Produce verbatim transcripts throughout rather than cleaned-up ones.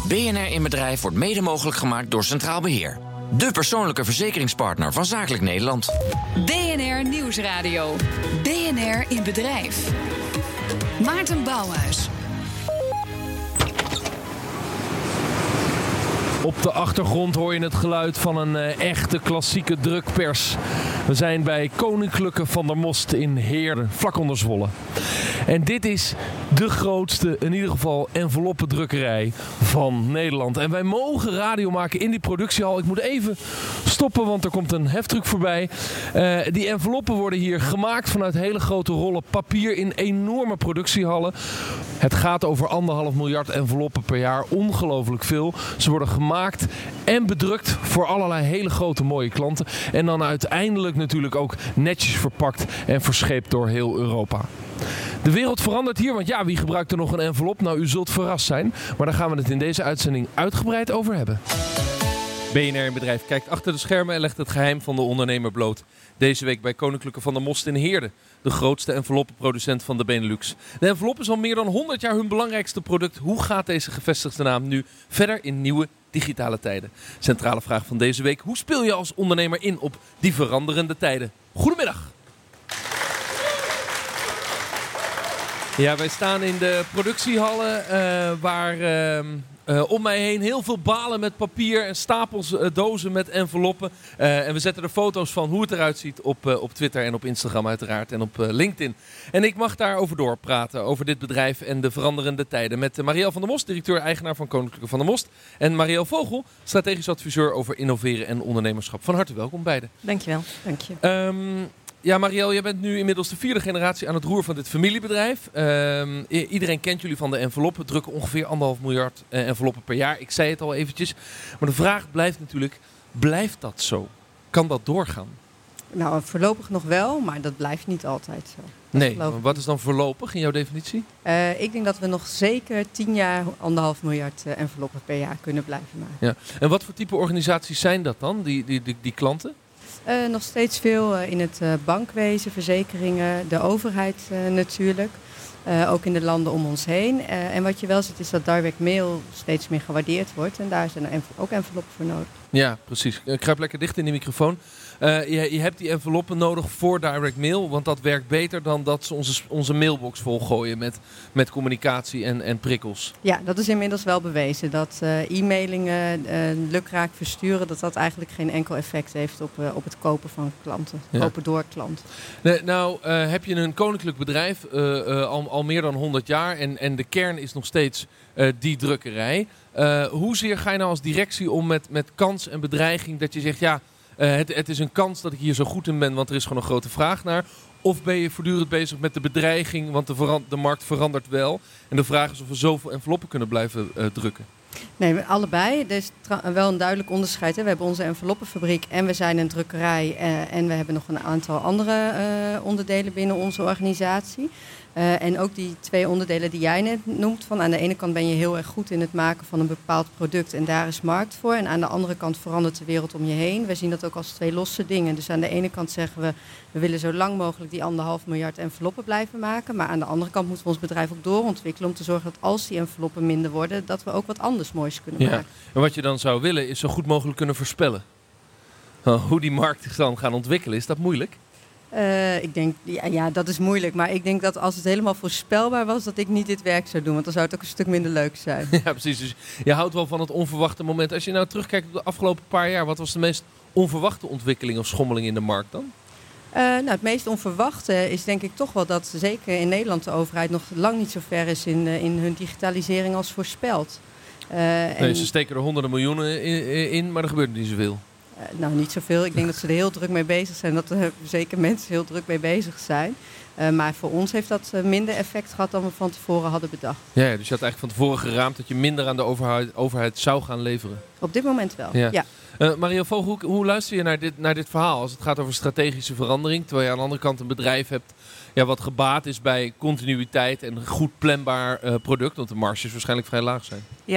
B N R in Bedrijf wordt mede mogelijk gemaakt door Centraal Beheer. De persoonlijke verzekeringspartner van Zakelijk Nederland. B N R Nieuwsradio. B N R in Bedrijf. Maarten Bouwhuis. Op de achtergrond hoor je het geluid van een uh, echte klassieke drukpers. We zijn bij Koninklijke Van der Most in Heerden, vlak onder Zwolle. En dit is de grootste, in ieder geval, enveloppendrukkerij van Nederland. En wij mogen radio maken in die productiehal. Ik moet even stoppen, want er komt een heftruck voorbij. Uh, die enveloppen worden hier gemaakt vanuit hele grote rollen papier in enorme productiehallen. Het gaat over anderhalf miljard enveloppen per jaar. Ongelooflijk veel. Ze worden gemaakt en bedrukt voor allerlei hele grote mooie klanten. En dan uiteindelijk natuurlijk ook netjes verpakt en verscheept door heel Europa. De wereld verandert hier, want ja, wie gebruikt er nog een envelop? Nou, u zult verrast zijn. Maar daar gaan we het in deze uitzending uitgebreid over hebben. B N R in Bedrijf kijkt achter de schermen en legt het geheim van de ondernemer bloot. Deze week bij Koninklijke Van der Most in Heerden, de grootste enveloppenproducent van de Benelux. De envelop is al meer dan honderd jaar hun belangrijkste product. Hoe gaat deze gevestigde naam nu verder in nieuwe digitale tijden? Centrale vraag van deze week: hoe speel je als ondernemer in op die veranderende tijden? Goedemiddag. Ja, wij staan in de productiehallen uh, waar uh, uh, om mij heen heel veel balen met papier en stapels uh, dozen met enveloppen. Uh, en we zetten er foto's van hoe het eruit ziet op, uh, op Twitter en op Instagram uiteraard en op uh, LinkedIn. En ik mag daarover doorpraten, over dit bedrijf en de veranderende tijden. Met uh, Marielle Van der Most, directeur-eigenaar van Koninklijke Van der Most. En Marielle Vogel, strategisch adviseur over innoveren en ondernemerschap. Van harte welkom beiden. Dankjewel. Dank je. Um, Ja, Marielle, jij bent nu inmiddels de vierde generatie aan het roer van dit familiebedrijf. Uh, iedereen kent jullie van de enveloppen. We drukken ongeveer anderhalf miljard uh, enveloppen per jaar. Ik zei het al eventjes. Maar de vraag blijft natuurlijk, blijft dat zo? Kan dat doorgaan? Nou, voorlopig nog wel, maar dat blijft niet altijd zo. Nee, maar wat is dan voorlopig in jouw definitie? Uh, ik denk dat we nog zeker tien jaar anderhalf miljard uh, enveloppen per jaar kunnen blijven maken. Ja. En wat voor type organisaties zijn dat dan, die, die, die, die klanten? Uh, nog steeds veel uh, in het uh, bankwezen, verzekeringen, de overheid uh, natuurlijk. Uh, ook in de landen om ons heen. Uh, en wat je wel ziet is dat direct mail steeds meer gewaardeerd wordt. En daar zijn er env- ook enveloppen voor nodig. Ja, precies. Ik kruip lekker dicht in de microfoon. Uh, je, je hebt die enveloppen nodig voor direct mail. Want dat werkt beter dan dat ze onze, onze mailbox volgooien met, met communicatie en, en prikkels. Ja, dat is inmiddels wel bewezen. Dat uh, e-mailingen uh, lukraak versturen, dat dat eigenlijk geen enkel effect heeft op, uh, op het kopen van klanten. Ja. Kopen door klant. Nee, nou, uh, heb je een koninklijk bedrijf uh, uh, al, al meer dan honderd jaar. En, en de kern is nog steeds uh, die drukkerij. Uh, hoezeer ga je nou als directie om met, met kans en bedreiging dat je zegt, ja, uh, het, het is een kans dat ik hier zo goed in ben, want er is gewoon een grote vraag naar. Of ben je voortdurend bezig met de bedreiging, want de, verand- de markt verandert wel. En de vraag is of we zoveel enveloppen kunnen blijven uh, drukken. Nee, allebei. Er is tra- wel een duidelijk onderscheid. Hè. We hebben onze enveloppenfabriek en we zijn een drukkerij. Uh, en we hebben nog een aantal andere uh, onderdelen binnen onze organisatie. Uh, en ook die twee onderdelen die jij net noemt. Van aan de ene kant ben je heel erg goed in het maken van een bepaald product en daar is markt voor. En aan de andere kant verandert de wereld om je heen. We zien dat ook als twee losse dingen. Dus aan de ene kant zeggen we, we willen zo lang mogelijk die anderhalf miljard enveloppen blijven maken. Maar aan de andere kant moeten we ons bedrijf ook doorontwikkelen om te zorgen dat als die enveloppen minder worden, dat we ook wat anders moois kunnen Ja. maken. En wat je dan zou willen is zo goed mogelijk kunnen voorspellen. Uh, hoe die markt zich dan gaat ontwikkelen, is dat moeilijk? Uh, ik denk, ja, ja, dat is moeilijk. Maar ik denk dat als het helemaal voorspelbaar was, dat ik niet dit werk zou doen. Want dan zou het ook een stuk minder leuk zijn. Ja, precies. Dus je houdt wel van het onverwachte moment. Als je nou terugkijkt op de afgelopen paar jaar, wat was de meest onverwachte ontwikkeling of schommeling in de markt dan? Uh, nou, het meest onverwachte is denk ik toch wel dat zeker in Nederland de overheid nog lang niet zo ver is in, uh, in hun digitalisering als voorspeld. Uh, Nee, en... ze steken er honderden miljoenen in, in, maar er gebeurt niet zoveel. Uh, nou, niet zoveel. Ik denk dat ze er heel druk mee bezig zijn. Dat er zeker mensen heel druk mee bezig zijn. Uh, maar voor ons heeft dat uh, minder effect gehad dan we van tevoren hadden bedacht. Ja, ja, dus je had eigenlijk van tevoren geraamd dat je minder aan de overheid, overheid zou gaan leveren. Op dit moment wel, Ja. ja. Uh, Marielle Vogel, hoe, hoe luister je naar dit, naar dit verhaal als het gaat over strategische verandering? Terwijl je aan de andere kant een bedrijf hebt ja, wat gebaat is bij continuïteit en een goed planbaar uh, product. Want de marges waarschijnlijk vrij laag zijn. Ja,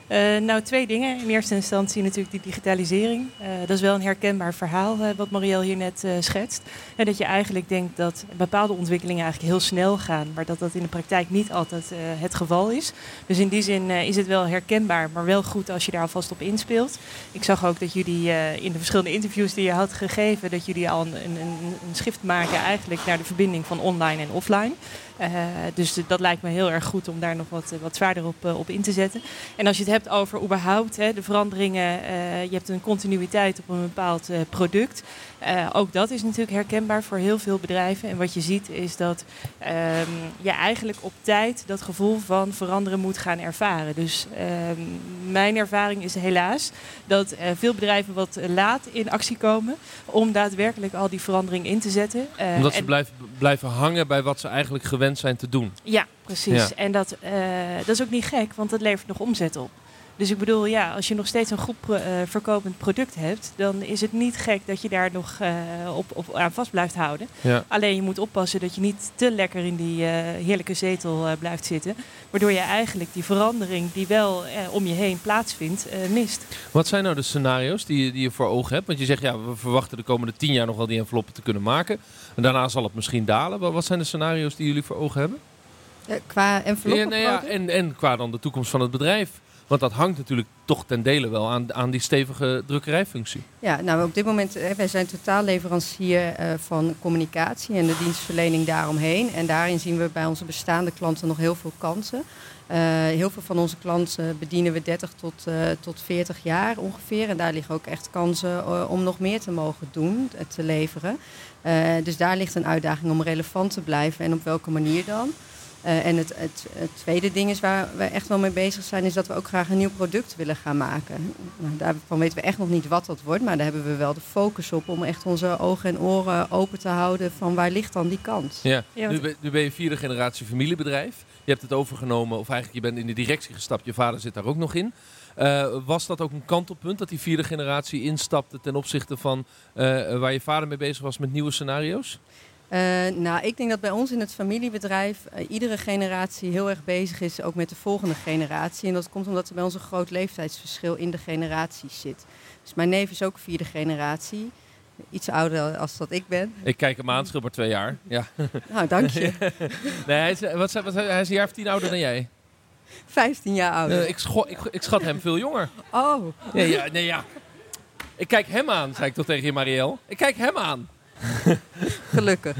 Uh, nou, twee dingen. In eerste instantie natuurlijk die digitalisering. Uh, dat is wel een herkenbaar verhaal uh, wat Marielle hier net uh, schetst. En dat je eigenlijk denkt dat bepaalde ontwikkelingen eigenlijk heel snel gaan, maar dat dat in de praktijk niet altijd uh, het geval is. Dus in die zin uh, is het wel herkenbaar, maar wel goed als je daar alvast op inspeelt. Ik zag ook dat jullie uh, in de verschillende interviews die je had gegeven, dat jullie al een, een, een shift maken eigenlijk naar de verbinding van online en offline. Uh, dus dat lijkt me heel erg goed om daar nog wat, wat zwaarder op, uh, op in te zetten. En als je het hebt over überhaupt hè, de veranderingen, uh, je hebt een continuïteit op een bepaald uh, product. Uh, ook dat is natuurlijk herkenbaar voor heel veel bedrijven. En wat je ziet is dat um, je eigenlijk op tijd dat gevoel van veranderen moet gaan ervaren. Dus um, mijn ervaring is helaas dat uh, veel bedrijven wat laat in actie komen om daadwerkelijk al die verandering in te zetten. Uh, Omdat ze en... blijven, blijven hangen bij wat ze eigenlijk gewend zijn te doen. Ja, precies. Ja. En dat, uh, dat is ook niet gek, want dat levert nog omzet op. Dus ik bedoel, ja, als je nog steeds een goed uh, verkopend product hebt, dan is het niet gek dat je daar nog uh, op, op aan vast blijft houden. Ja. Alleen je moet oppassen dat je niet te lekker in die uh, heerlijke zetel uh, blijft zitten. Waardoor je eigenlijk die verandering die wel uh, om je heen plaatsvindt, uh, mist. Wat zijn nou de scenario's die, die je voor ogen hebt? Want je zegt, ja, we verwachten de komende tien jaar nog wel die enveloppen te kunnen maken. En daarna zal het misschien dalen. Wat zijn de scenario's die jullie voor ogen hebben? Uh, qua enveloppen? Ja, nee, ja, en, en qua dan de toekomst van het bedrijf. Want dat hangt natuurlijk toch ten dele wel aan, aan die stevige drukkerijfunctie. Ja, nou op dit moment, hè, wij zijn totaalleverancier uh, van communicatie en de dienstverlening daaromheen. En daarin zien we bij onze bestaande klanten nog heel veel kansen. Uh, heel veel van onze klanten bedienen we dertig tot, uh, tot veertig jaar ongeveer. En daar liggen ook echt kansen uh, om nog meer te mogen doen, uh, te leveren. Uh, dus daar ligt een uitdaging om relevant te blijven en op welke manier dan. Uh, en het, het, het tweede ding is waar we echt wel mee bezig zijn, is dat we ook graag een nieuw product willen gaan maken. Nou, daarvan weten we echt nog niet wat dat wordt, maar daar hebben we wel de focus op om echt onze ogen en oren open te houden van waar ligt dan die kans. Ja. Ja, Nu, ben, nu ben je vierde generatie familiebedrijf. Je hebt het overgenomen, of eigenlijk je bent in de directie gestapt, je vader zit daar ook nog in. Uh, was dat ook een kantelpunt dat die vierde generatie instapte ten opzichte van uh, waar je vader mee bezig was met nieuwe scenario's? Uh, nou, ik denk dat bij ons in het familiebedrijf uh, iedere generatie heel erg bezig is ook met de volgende generatie. En dat komt omdat er bij ons een groot leeftijdsverschil in de generaties zit. Dus mijn neef is ook vierde generatie. Iets ouder als dat ik ben. Ik kijk hem aan, scheelt maar twee jaar. Ja. Nou, dank je. Nee, hij is, wat, wat, hij is een jaar of tien ouder dan jij. vijftien jaar ouder. Uh, ik, scho- ik, ik schat hem veel jonger. Oh. Ja, ja, nee, ja. Ik kijk hem aan, zei ik toch tegen je, Marielle. Ik kijk hem aan. Gelukkig.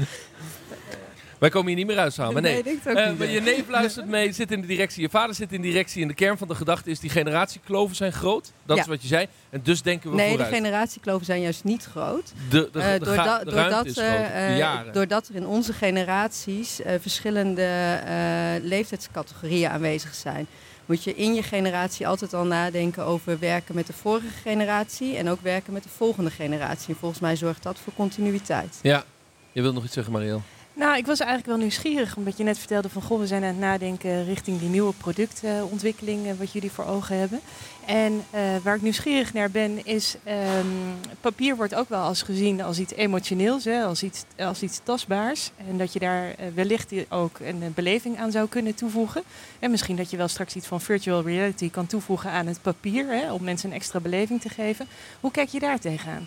Wij komen hier niet meer uit samen. Nee, nee denk ook uh, niet. Maar je neef luistert mee, zit in de directie. Je vader zit in de directie. En de kern van de gedachte is die generatiekloven zijn groot. Dat ja. is wat je zei. En dus denken we nee, vooruit. Nee, de generatiekloven zijn juist niet groot. De, de, uh, de, doordat, de, de doordat, ruimte is groot. De uh, jaren. Doordat er in onze generaties uh, verschillende uh, leeftijdscategorieën aanwezig zijn. Moet je in je generatie altijd al nadenken over werken met de vorige generatie en ook werken met de volgende generatie. En volgens mij zorgt dat voor continuïteit. Ja, je wilt nog iets zeggen, Marielle? Nou, ik was eigenlijk wel nieuwsgierig, omdat je net vertelde van goh, we zijn aan het nadenken richting die nieuwe productontwikkeling uh, wat jullie voor ogen hebben. En uh, waar ik nieuwsgierig naar ben is, um, papier wordt ook wel als gezien als iets emotioneels, hè, als, iets, als iets tastbaars. En dat je daar uh, wellicht ook een uh, beleving aan zou kunnen toevoegen. En misschien dat je wel straks iets van virtual reality kan toevoegen aan het papier, hè, om mensen een extra beleving te geven. Hoe kijk je daar tegenaan?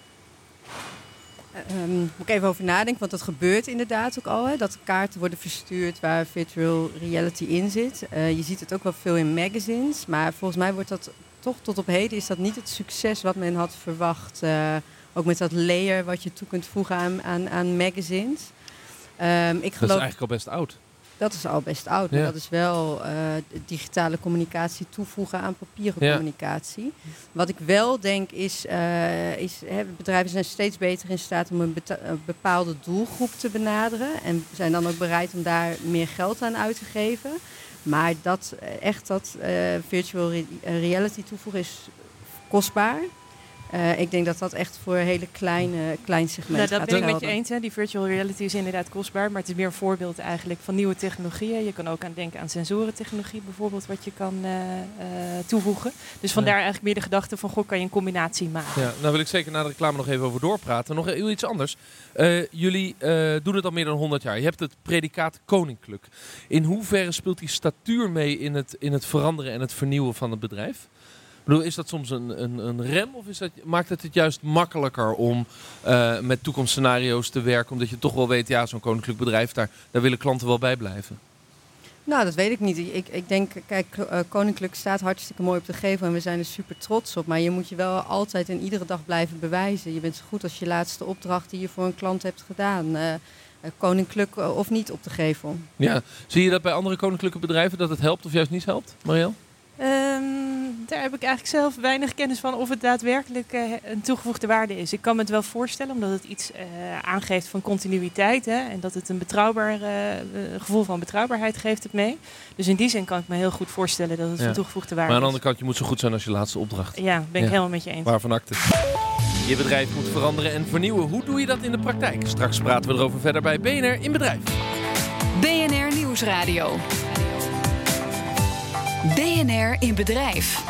Um, moet ik even over nadenken, want dat gebeurt inderdaad ook al. Hè, dat kaarten worden verstuurd waar virtual reality in zit. Uh, je ziet het ook wel veel in magazines. Maar volgens mij wordt dat toch tot op heden is dat niet het succes wat men had verwacht. Uh, ook met dat layer wat je toe kunt voegen aan, aan, aan magazines. Um, ik geloof, dat is eigenlijk al best oud. Dat is al best oud, maar ja. dat is wel uh, digitale communicatie toevoegen aan papieren ja. communicatie. Wat ik wel denk is, uh, is hè, bedrijven zijn steeds beter in staat om een, beta- een bepaalde doelgroep te benaderen. En zijn dan ook bereid om daar meer geld aan uit te geven. Maar dat echt dat uh, virtual re- reality toevoegen is kostbaar. Uh, ik denk dat dat echt voor een hele kleine, klein segment nou, dat gaat ben ik gelden. met je eens. Hè. Die virtual reality is inderdaad kostbaar. Maar het is meer een voorbeeld eigenlijk van nieuwe technologieën. Je kan ook aan denken aan sensorentechnologie bijvoorbeeld, wat je kan uh, uh, toevoegen. Dus vandaar ja. eigenlijk meer de gedachte van, goh, kan je een combinatie maken. Ja, nou wil ik zeker na de reclame nog even over doorpraten. Nog heel iets anders. Uh, jullie uh, doen het al meer dan honderd jaar. Je hebt het predicaat koninklijk. In hoeverre speelt die statuur mee in het, in het veranderen en het vernieuwen van het bedrijf? Ik bedoel, is dat soms een, een, een rem of is dat, maakt het het juist makkelijker om uh, met toekomstscenario's te werken? Omdat je toch wel weet, ja, zo'n koninklijk bedrijf, daar, daar willen klanten wel bij blijven. Nou, dat weet ik niet. Ik, ik denk, kijk, uh, Koninklijk staat hartstikke mooi op de gevel en we zijn er super trots op. Maar je moet je wel altijd en iedere dag blijven bewijzen. Je bent zo goed als je laatste opdracht die je voor een klant hebt gedaan. Uh, Koninklijk uh, of niet op de gevel. Ja, zie je dat bij andere koninklijke bedrijven, dat het helpt of juist niet helpt, Marielle? Um, daar heb ik eigenlijk zelf weinig kennis van of het daadwerkelijk uh, een toegevoegde waarde is. Ik kan me het wel voorstellen, omdat het iets uh, aangeeft van continuïteit. Hè, en dat het een betrouwbaar uh, gevoel van betrouwbaarheid geeft het mee. Dus in die zin kan ik me heel goed voorstellen dat het ja. een toegevoegde waarde is. Maar aan de andere kant, je moet zo goed zijn als je laatste opdracht. Ja, ben ik ja. helemaal met je eens. Waarvan akte. Je bedrijf moet veranderen en vernieuwen. Hoe doe je dat in de praktijk? Straks praten we erover verder bij B N R in Bedrijf. B N R Nieuwsradio. B N R in Bedrijf.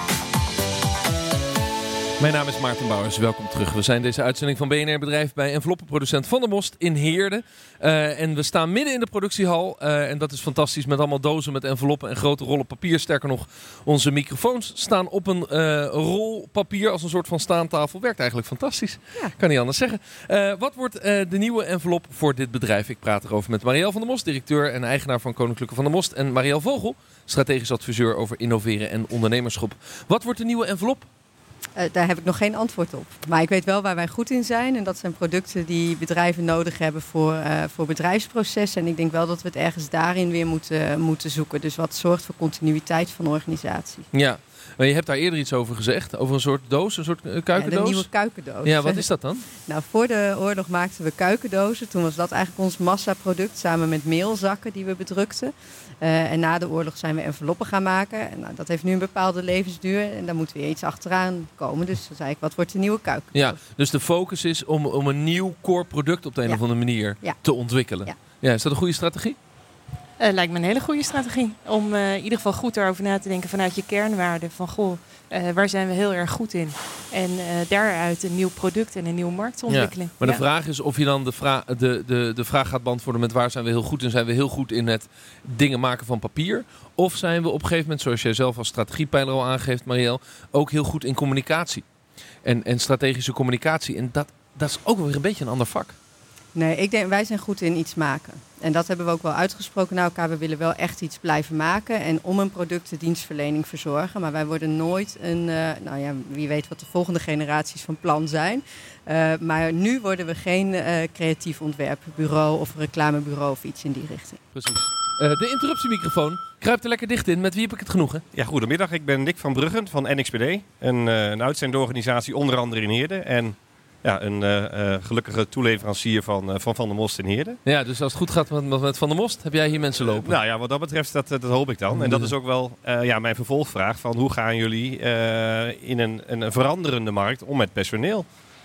Mijn naam is Maarten Bouwers, welkom terug. We zijn deze uitzending van B N R Bedrijf bij enveloppenproducent Van der Most in Heerden. Uh, en we staan midden in de productiehal uh, en dat is fantastisch met allemaal dozen met enveloppen en grote rollen papier. Sterker nog, onze microfoons staan op een uh, rol papier als een soort van staantafel. Werkt eigenlijk fantastisch, ja. Kan niet anders zeggen. Uh, wat wordt uh, de nieuwe envelop voor dit bedrijf? Ik praat erover met Marielle Van der Most, directeur en eigenaar van Koninklijke Van der Most. En Marielle Vogel, strategisch adviseur over innoveren en ondernemerschap. Wat wordt de nieuwe envelop? Uh, daar heb ik nog geen antwoord op. Maar ik weet wel waar wij goed in zijn. En dat zijn producten die bedrijven nodig hebben voor, uh, voor bedrijfsprocessen. En ik denk wel dat we het ergens daarin weer moeten, moeten zoeken. Dus wat zorgt voor continuïteit van de organisatie. Ja, maar je hebt daar eerder iets over gezegd. Over een soort doos, een soort kuikendoos. Ja, de nieuwe kuikendoos. Ja, wat is dat dan? Nou, voor de oorlog maakten we kuikendozen. Toen was dat eigenlijk ons massaproduct samen met meelzakken die we bedrukten. Uh, en na de oorlog zijn we enveloppen gaan maken. En, nou, dat heeft nu een bepaalde levensduur. En daar moet weer iets achteraan komen. Dus dan zei ik, wat wordt de nieuwe kuikendoos? Ja, dus de focus is om, om een nieuw core product op de een ja. of andere manier ja. te ontwikkelen. Ja. Ja, is dat een goede strategie? Uh, lijkt me een hele goede strategie. Om uh, in ieder geval goed erover na te denken vanuit je kernwaarden. Van goh, uh, waar zijn we heel erg goed in? En uh, daaruit een nieuw product en een nieuwe markt te ontwikkelen. Ja, maar ja. de vraag is of je dan de, vra- de, de, de vraag gaat beantwoorden met waar zijn we heel goed in? Zijn we heel goed in het dingen maken van papier? Of zijn we op een gegeven moment, zoals jij zelf als strategiepijler al aangeeft, Marielle, ook heel goed in communicatie? En, en strategische communicatie. En dat, dat is ook weer een beetje een ander vak. Nee, ik denk wij zijn goed in iets maken. En dat hebben we ook wel uitgesproken naar elkaar. We willen wel echt iets blijven maken en om een product de dienstverlening verzorgen. Maar wij worden nooit een, uh, nou ja, wie weet wat de volgende generaties van plan zijn. Uh, maar nu worden we geen uh, creatief ontwerpbureau of reclamebureau of iets in die richting. Precies. Uh, de interruptiemicrofoon kruipt er lekker dicht in. Met wie heb ik het genoegen? Ja, goedemiddag. Ik ben Dick van Bruggen van N X P D. Een, uh, een uitzendorganisatie onder andere in Heerden. En ja, een uh, uh, gelukkige toeleverancier van, uh, van Van der Most in Heerden. Ja, dus als het goed gaat met, met Van der Most, heb jij hier mensen lopen? Uh, nou ja, wat dat betreft, dat, dat hoop ik dan. En dat is ook wel uh, ja, mijn vervolgvraag van hoe gaan jullie uh, in een, een veranderende markt om met personeel?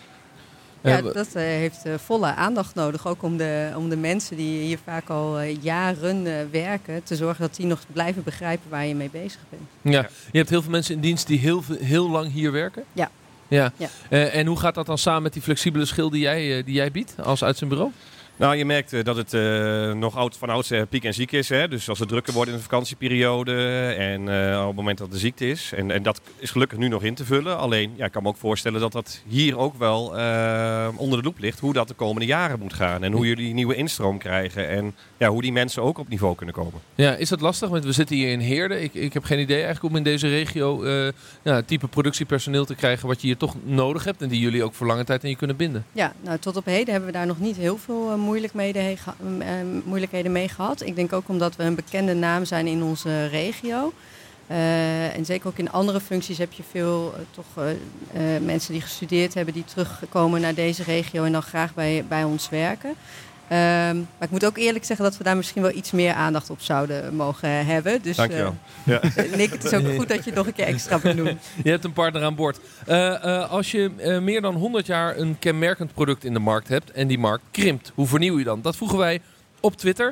Ja, dat uh, heeft uh, volle aandacht nodig. Ook om de, om de mensen die hier vaak al uh, jaren uh, werken, te zorgen dat die nog blijven begrijpen waar je mee bezig bent. Ja, je hebt heel veel mensen in dienst die heel, heel lang hier werken? Ja. Ja. ja. Uh, en hoe gaat dat dan samen met die flexibele schil die jij, uh, die jij biedt als uitzendbureau? Nou, je merkt uh, dat het uh, nog oud, van oudsher piek en ziek is. Hè? Dus als het drukker wordt in de vakantieperiode en uh, op het moment dat de ziekte is. En, en dat is gelukkig nu nog in te vullen. Alleen, ja, ik kan me ook voorstellen dat dat hier ook wel uh, onder de loep ligt. Hoe dat de komende jaren moet gaan. En hoe jullie nieuwe instroom krijgen. En ja, hoe die mensen ook op niveau kunnen komen. Ja, is dat lastig? Want we zitten hier in Heerden. Ik, ik heb geen idee eigenlijk om in deze regio uh, ja, het type productiepersoneel te krijgen wat je hier toch nodig hebt. En die jullie ook voor lange tijd aan je kunnen binden. Ja, nou tot op heden hebben we daar nog niet heel veel uh, moeilijkheden, uh, moeilijkheden mee gehad. Ik denk ook omdat we een bekende naam zijn in onze regio. Uh, en zeker ook in andere functies heb je veel uh, toch, uh, uh, mensen die gestudeerd hebben, die terugkomen naar deze regio en dan graag bij, bij ons werken. Um, maar ik moet ook eerlijk zeggen dat we daar misschien wel iets meer aandacht op zouden mogen hebben. Dus, Dankjewel. Uh, ja. Nick, het is ook goed dat je het nog een keer extra benoemt. Je hebt een partner aan boord. Uh, uh, als je uh, meer dan honderd jaar een kenmerkend product in de markt hebt en die markt krimpt, hoe vernieuw je dan? Dat vroegen wij op Twitter.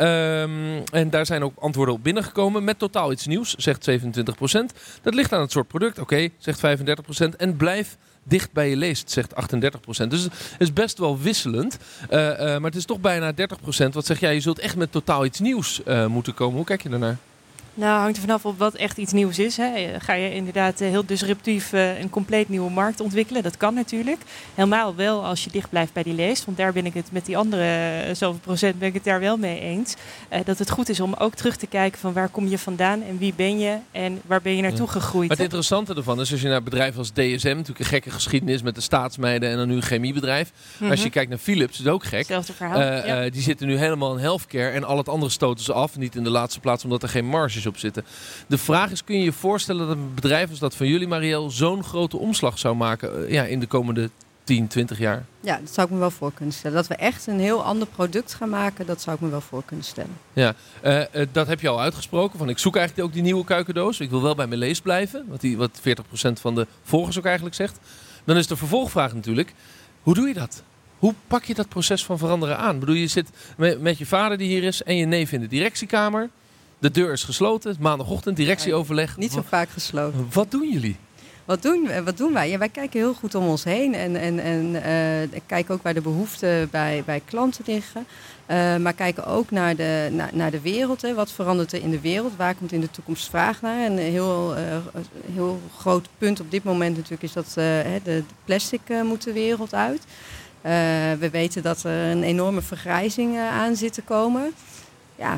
Um, en daar zijn ook antwoorden op binnengekomen. Met totaal iets nieuws, zegt zevenentwintig procent. Dat ligt aan het soort product, oké, okay, zegt vijfendertig procent. En blijf dicht bij je leest, zegt achtendertig procent. Dus het is best wel wisselend. Uh, uh, maar het is toch bijna dertig procent. Wat zeg jij, je zult echt met totaal iets nieuws uh, moeten komen. Hoe kijk je daarnaar? Nou, hangt er vanaf op wat echt iets nieuws is. Hè. Ga je inderdaad heel disruptief uh, een compleet nieuwe markt ontwikkelen? Dat kan natuurlijk. Helemaal wel als je dicht blijft bij die leest. Want daar ben ik het met die andere uh, zoveel procent ben ik het daar wel mee eens. Uh, dat het goed is om ook terug te kijken van waar kom je vandaan en wie ben je en waar ben je naartoe ja. gegroeid. Maar het interessante ervan is als je naar bedrijven als D S M, natuurlijk een gekke geschiedenis met de staatsmeiden en dan nu een chemiebedrijf. Mm-hmm. Als je kijkt naar Philips, is het ook gek. Hetzelfde verhaal. Uh, ja. uh, die zitten nu helemaal in healthcare en al het andere stoten ze af. Niet in de laatste plaats omdat er geen marges op zitten. De vraag is, kun je je voorstellen dat een bedrijf als dat van jullie, Marielle, zo'n grote omslag zou maken uh, ja, in de komende tien, twintig jaar? Ja, dat zou ik me wel voor kunnen stellen. Dat we echt een heel ander product gaan maken, dat zou ik me wel voor kunnen stellen. Ja, uh, uh, dat heb je al uitgesproken. Van, ik zoek eigenlijk ook die nieuwe kuikendoos. Ik wil wel bij mijn lees blijven, wat, die, wat veertig procent van de volgers ook eigenlijk zegt. Dan is de vervolgvraag natuurlijk, hoe doe je dat? Hoe pak je dat proces van veranderen aan? Ik bedoel, je zit met, met je vader die hier is en je neef in de directiekamer. De deur is gesloten, maandagochtend, directieoverleg. Niet zo vaak gesloten. Wat doen jullie? Wat doen, wat doen wij? Ja, wij kijken heel goed om ons heen en, en, en uh, kijken ook waar de behoeften bij, bij klanten liggen. Uh, maar kijken ook naar de, naar, naar de wereld. Hè. Wat verandert er in de wereld? Waar komt in de toekomst vraag naar? En een heel, uh, heel groot punt op dit moment natuurlijk is dat uh, de, de plastic uh, moet de wereld uit. Uh, we weten dat er een enorme vergrijzing uh, aan zit te komen. Ja,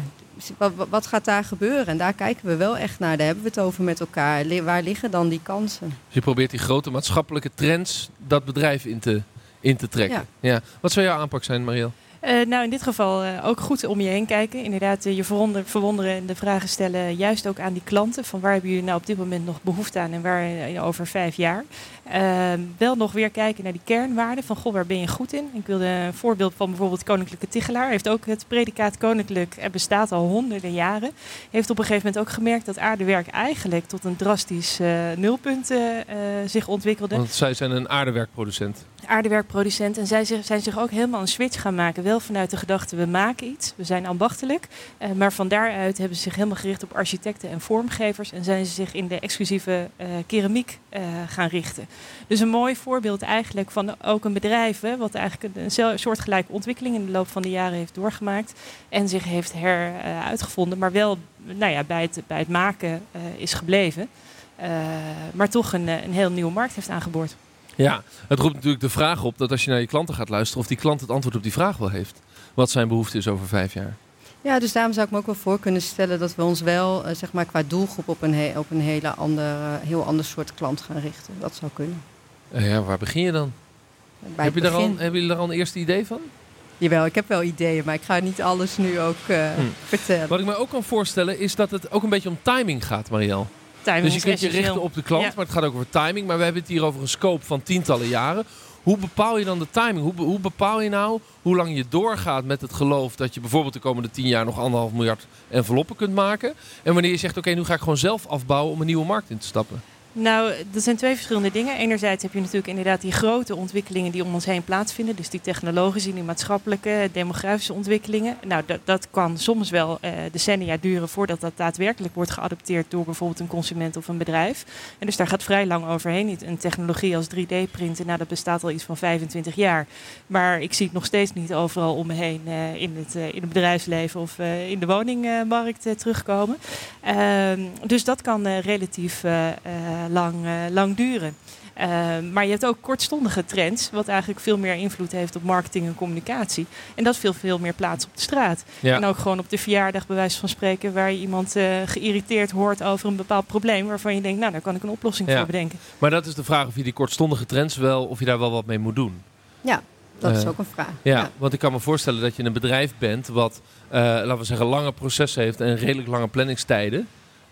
wat gaat daar gebeuren? En daar kijken we wel echt naar. Daar hebben we het over met elkaar. Waar liggen dan die kansen? Dus je probeert die grote maatschappelijke trends dat bedrijf in te, in te trekken. Ja. Ja. Wat zou jouw aanpak zijn, Marielle? Uh, nou, in dit geval uh, ook goed om je heen kijken. Inderdaad, uh, je verwonderen, verwonderen en de vragen stellen juist ook aan die klanten. Van waar hebben jullie nou op dit moment nog behoefte aan en waar uh, over vijf jaar? Uh, wel nog weer kijken naar die kernwaarden. Van, goh, waar ben je goed in? Ik wilde een voorbeeld van bijvoorbeeld Koninklijke Tichelaar. Heeft ook het predicaat koninklijk en bestaat al honderden jaren. Heeft op een gegeven moment ook gemerkt dat aardewerk eigenlijk tot een drastisch uh, nulpunt uh, uh, zich ontwikkelde. Want zij zijn een aardewerkproducent. aardewerkproducent. En zij zijn zich ook helemaal een switch gaan maken. Wel vanuit de gedachte, we maken iets. We zijn ambachtelijk. Uh, maar van daaruit hebben ze zich helemaal gericht op architecten en vormgevers. En zijn ze zich in de exclusieve uh, keramiek uh, gaan richten. Dus een mooi voorbeeld eigenlijk van ook een bedrijf. Hè, wat eigenlijk een, een soortgelijke ontwikkeling in de loop van de jaren heeft doorgemaakt. En zich heeft heruitgevonden. Uh, maar wel nou ja, bij, het, bij het maken uh, is gebleven. Uh, maar toch een, een heel nieuwe markt heeft aangeboord. Ja, het roept natuurlijk de vraag op dat als je naar je klanten gaat luisteren, of die klant het antwoord op die vraag wel heeft. Wat zijn behoefte is over vijf jaar. Ja, dus daarom zou ik me ook wel voor kunnen stellen dat we ons wel, uh, zeg maar, qua doelgroep op een, he- op een hele ander, uh, heel ander soort klant gaan richten. Dat zou kunnen. Uh, ja, waar begin je dan? Bij heb je begin... daar al, hebben jullie er al een eerste idee van? Jawel, ik heb wel ideeën, maar ik ga niet alles nu ook uh, hmm. vertellen. Wat ik me ook kan voorstellen is dat het ook een beetje om timing gaat, Marielle. Timing dus je kunt je richten op de klant, ja. Maar het gaat ook over timing. Maar we hebben het hier over een scope van tientallen jaren. Hoe bepaal je dan de timing? Hoe, hoe bepaal je nou hoe lang je doorgaat met het geloof dat je bijvoorbeeld de komende tien jaar nog anderhalf miljard enveloppen kunt maken? En wanneer je zegt, oké, okay, nu ga ik gewoon zelf afbouwen om een nieuwe markt in te stappen? Nou, dat zijn twee verschillende dingen. Enerzijds heb je natuurlijk inderdaad die grote ontwikkelingen die om ons heen plaatsvinden. Dus die technologische, die maatschappelijke, demografische ontwikkelingen. Nou, dat, dat kan soms wel uh, decennia duren voordat dat daadwerkelijk wordt geadopteerd door bijvoorbeeld een consument of een bedrijf. En dus daar gaat vrij lang overheen. Een technologie als drie D-printen, nou, dat bestaat al iets van vijfentwintig jaar. Maar ik zie het nog steeds niet overal om me heen uh, in, het, uh, in het bedrijfsleven of uh, in de woningmarkt uh, terugkomen. Uh, dus dat kan uh, relatief uh, uh, Lang, uh, lang duren. Uh, maar je hebt ook kortstondige trends, wat eigenlijk veel meer invloed heeft op marketing en communicatie. En dat veel, veel meer plaats op de straat. Ja. En ook gewoon op de verjaardag, bij wijze van spreken, waar je iemand uh, geïrriteerd hoort over een bepaald probleem, waarvan je denkt, nou, daar kan ik een oplossing ja. voor bedenken. Maar dat is de vraag of je die kortstondige trends wel, of je daar wel wat mee moet doen. Ja, dat uh, is ook een vraag. Ja, ja, want ik kan me voorstellen dat je een bedrijf bent wat, uh, laten we zeggen, lange processen heeft en redelijk lange planningstijden.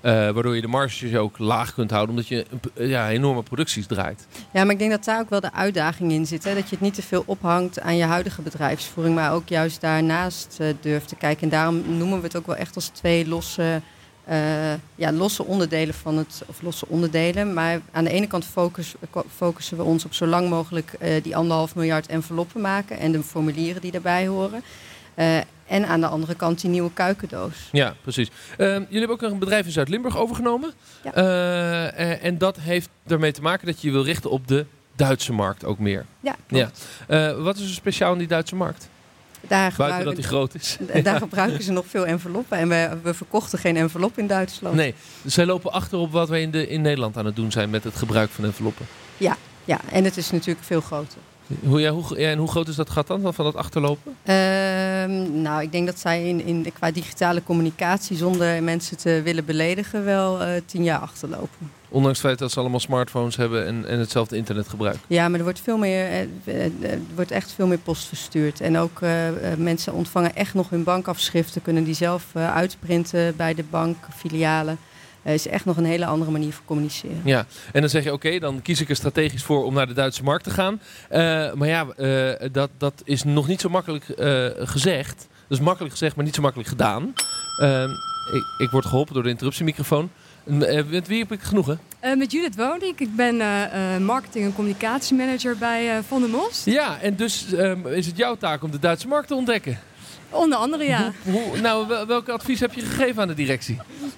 Uh, waardoor je de marges ook laag kunt houden. Omdat je uh, ja, enorme producties draait. Ja, maar ik denk dat daar ook wel de uitdaging in zit. Hè? Dat je het niet te veel ophangt aan je huidige bedrijfsvoering. Maar ook juist daarnaast uh, durft te kijken. En daarom noemen we het ook wel echt als twee losse... Uh, ja, losse onderdelen van het, of losse onderdelen. Maar aan de ene kant focus, focussen we ons op zo lang mogelijk uh, die anderhalf miljard enveloppen maken en de formulieren die daarbij horen. Uh, en aan de andere kant die nieuwe kuikendoos. Ja, precies. Uh, jullie hebben ook een bedrijf in Zuid-Limburg overgenomen. Ja. Uh, en, en dat heeft ermee te maken dat je je wil richten op de Duitse markt ook meer. Ja, klopt. Ja. Uh, wat is er speciaal in die Duitse markt? Daar Buiten dat die groot is. Daar gebruiken ze nog veel enveloppen. En we, we verkochten geen envelop in Duitsland. Nee, dus zij lopen achter op wat wij in, de, in Nederland aan het doen zijn met het gebruik van enveloppen. Ja, ja, en het is natuurlijk veel groter. Hoe, ja, hoe, ja, en hoe groot is dat gat dan, van dat achterlopen? Uh, nou, ik denk dat zij in, in, qua digitale communicatie, zonder mensen te willen beledigen, wel uh, tien jaar achterlopen. Ondanks het feit dat ze allemaal smartphones hebben en, en hetzelfde internet gebruiken. Ja, maar er wordt, veel meer, er wordt echt veel meer post verstuurd. En ook uh, mensen ontvangen echt nog hun bankafschriften, kunnen die zelf uh, uitprinten bij de bankfilialen. Het is echt nog een hele andere manier van communiceren. Ja, en dan zeg je oké, okay, dan kies ik er strategisch voor om naar de Duitse markt te gaan. Uh, maar ja, uh, dat, dat is nog niet zo makkelijk uh, gezegd. Dat is makkelijk gezegd, maar niet zo makkelijk gedaan. Uh, ik, ik word geholpen door de interruptiemicrofoon. Uh, met wie heb ik genoegen? Uh, met Judith Woning. Ik ben uh, uh, marketing- en communicatiemanager bij uh, Van der Most. Ja, en dus um, is het jouw taak om de Duitse markt te ontdekken? Onder andere, ja. Hoe, hoe, nou, welk advies heb je gegeven aan de directie?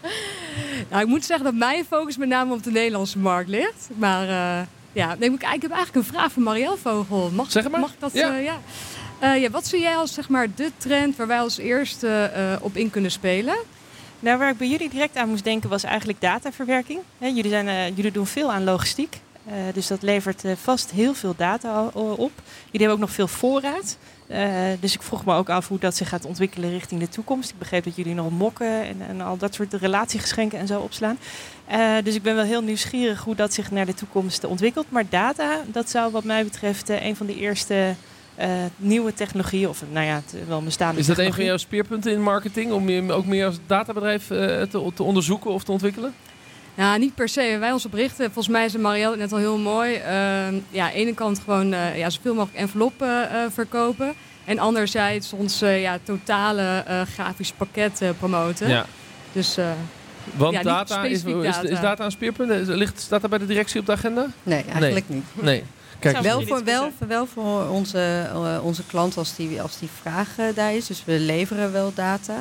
Nou, ik moet zeggen dat mijn focus met name op de Nederlandse markt ligt. Maar uh, ja, ik, ik heb eigenlijk een vraag voor Marielle Vogel. Mag, zeg maar. Mag dat? Ja. Uh, ja. Uh, ja, wat zie jij als zeg maar de trend waar wij als eerste uh, op in kunnen spelen? Nou, waar ik bij jullie direct aan moest denken was eigenlijk dataverwerking. He, jullie, zijn, uh, jullie doen veel aan logistiek. Uh, dus dat levert uh, vast heel veel data op. Jullie hebben ook nog veel voorraad. Uh, dus ik vroeg me ook af hoe dat zich gaat ontwikkelen richting de toekomst. Ik begreep dat jullie nog mokken en, en al dat soort relatiegeschenken en zo opslaan. Uh, dus ik ben wel heel nieuwsgierig hoe dat zich naar de toekomst ontwikkelt. Maar data, dat zou wat mij betreft uh, een van de eerste uh, nieuwe technologieën, of nou ja, het, wel bestaande Is dat een van jouw speerpunten in marketing? Om je ook meer als databedrijf uh, te, te onderzoeken of te ontwikkelen? Nou, niet per se. Wij ons op richten. Volgens mij is Marielle net al heel mooi. Uh, ja, aan de ene kant gewoon uh, ja, zoveel mogelijk enveloppen uh, verkopen. En anderzijds ons uh, ja, totale uh, grafisch pakket uh, promoten. Ja. Dus, uh, Want ja, data, is, data. Is, is data een speerpunt? Ligt, staat dat bij de directie op de agenda? Nee, eigenlijk nee. niet. Nee. Kijk, wel, voor, wel, voor, wel voor onze, uh, onze klant als die, als die vraag uh, daar is. Dus we leveren wel data.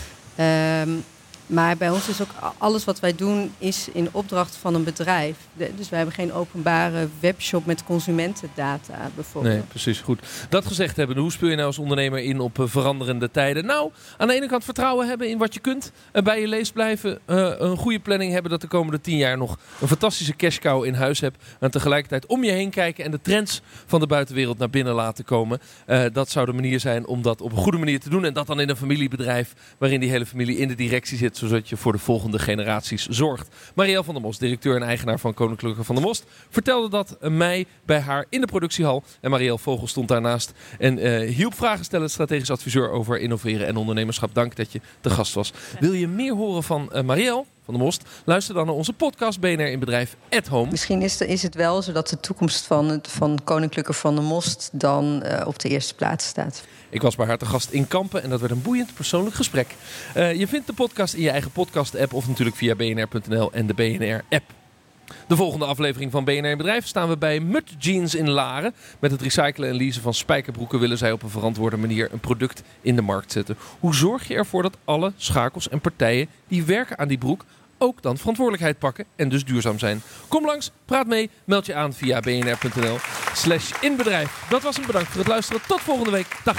Um, Maar bij ons is ook alles wat wij doen is in opdracht van een bedrijf. De, dus wij hebben geen openbare webshop met consumentendata bijvoorbeeld. Nee, precies. Goed. Dat gezegd hebben, hoe speel je nou als ondernemer in op uh, veranderende tijden? Nou, aan de ene kant vertrouwen hebben in wat je kunt. Uh, bij je lees blijven. Uh, een goede planning hebben dat de komende tien jaar nog een fantastische cash cow in huis hebt. En tegelijkertijd om je heen kijken en de trends van de buitenwereld naar binnen laten komen. Uh, dat zou de manier zijn om dat op een goede manier te doen. En dat dan in een familiebedrijf waarin die hele familie in de directie zit, zodat je voor de volgende generaties zorgt. Marielle van der Most, directeur en eigenaar van Koninklijke van der Most, vertelde dat mij bij haar in de productiehal. En Marielle Vogel stond daarnaast en uh, hielp vragen stellen, strategisch adviseur over innoveren en ondernemerschap. Dank dat je te gast was. Wil je meer horen van uh, Marielle van der Most? Luister dan naar onze podcast B N R in Bedrijf at Home. Misschien is, de, is het wel zo dat de toekomst van, het, van Koninklijke van der Most dan uh, op de eerste plaats staat. Ik was bij haar te gast in Kampen en dat werd een boeiend persoonlijk gesprek. Uh, je vindt de podcast in je eigen podcast-app of natuurlijk via b n r punt n l en de B N R-app. De volgende aflevering van B N R in Bedrijf staan we bij Mud Jeans in Laren. Met het recyclen en leasen van spijkerbroeken willen zij op een verantwoorde manier een product in de markt zetten. Hoe zorg je ervoor dat alle schakels en partijen die werken aan die broek ook dan verantwoordelijkheid pakken en dus duurzaam zijn? Kom langs, praat mee, meld je aan via bnr.nl slash inbedrijf. Dat was hem, bedankt voor het luisteren. Tot volgende week. Dag.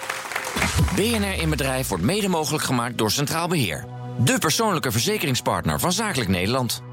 B N R in Bedrijf wordt mede mogelijk gemaakt door Centraal Beheer. De persoonlijke verzekeringspartner van Zakelijk Nederland.